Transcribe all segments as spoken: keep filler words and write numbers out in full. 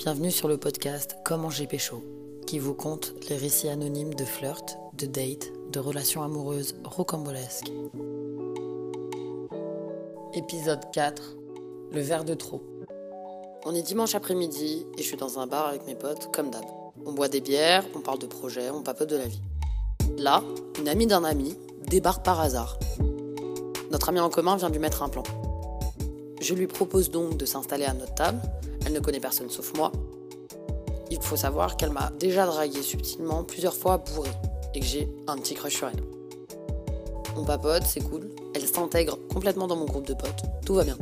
Bienvenue sur le podcast Comment j'ai pécho, qui vous conte les récits anonymes de flirts, de dates, de relations amoureuses rocambolesques. Épisode quatre, le verre de trop. On est dimanche après-midi et je suis dans un bar avec mes potes comme d'hab. On boit des bières, on parle de projets, on papote de la vie. Là, une amie d'un ami débarque par hasard. Notre ami en commun vient lui mettre un plan. Je lui propose donc de s'installer à notre table. Elle ne connaît personne sauf moi. Il faut savoir qu'elle m'a déjà dragué subtilement plusieurs fois bourrée et que j'ai un petit crush sur elle. On papote, c'est cool. Elle s'intègre complètement dans mon groupe de potes. Tout va bien.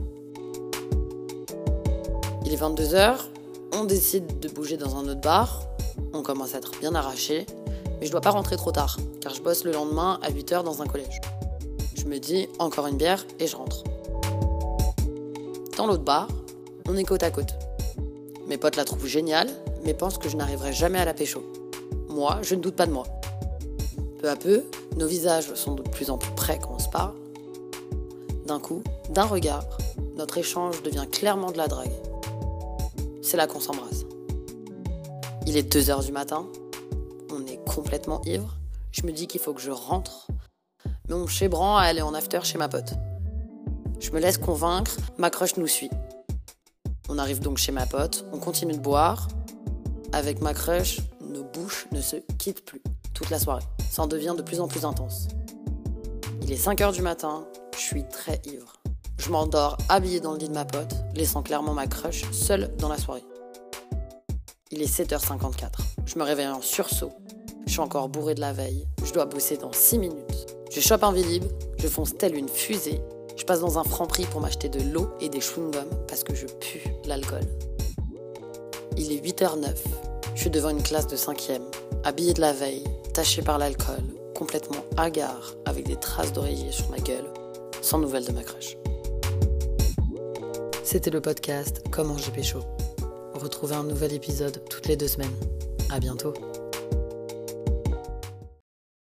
Il est vingt-deux heures. On décide de bouger dans un autre bar. On commence à être bien arrachés. Mais je dois pas rentrer trop tard, car je bosse le lendemain à huit heures dans un collège. Je me dis, encore une bière, et je rentre. Dans l'autre bar, on est côte à côte. Mes potes la trouvent géniale, mais pensent que je n'arriverai jamais à la pécho. Moi, je ne doute pas de moi. Peu à peu, nos visages sont de plus en plus près quand on se parle. D'un coup, d'un regard, notre échange devient clairement de la drague. C'est là qu'on s'embrasse. Il est deux heures du matin, on est complètement ivre. Je me dis qu'il faut que je rentre, mais on me chébran à aller en after chez ma pote. Je me laisse convaincre, ma crush nous suit. On arrive donc chez ma pote, on continue de boire. Avec ma crush, nos bouches ne se quittent plus toute la soirée. Ça en devient de plus en plus intense. Il est cinq heures du matin, je suis très ivre. Je m'endors habillée dans le lit de ma pote, laissant clairement ma crush seule dans la soirée. Il est sept heures cinquante-quatre. Je me réveille en sursaut. Je suis encore bourrée de la veille. Je dois bosser dans six minutes. Je chope un Vélib, je fonce telle une fusée. Je passe dans un Franprix pour m'acheter de l'eau et des chewing-gums parce que je pue l'alcool. Il est huit heures neuf. Je suis devant une classe de cinquième, habillée de la veille, tachée par l'alcool, complètement hagard, avec des traces d'oreiller sur ma gueule, sans nouvelles de ma crush. C'était le podcast Comment j'ai pécho. Retrouvez un nouvel épisode toutes les deux semaines. À bientôt.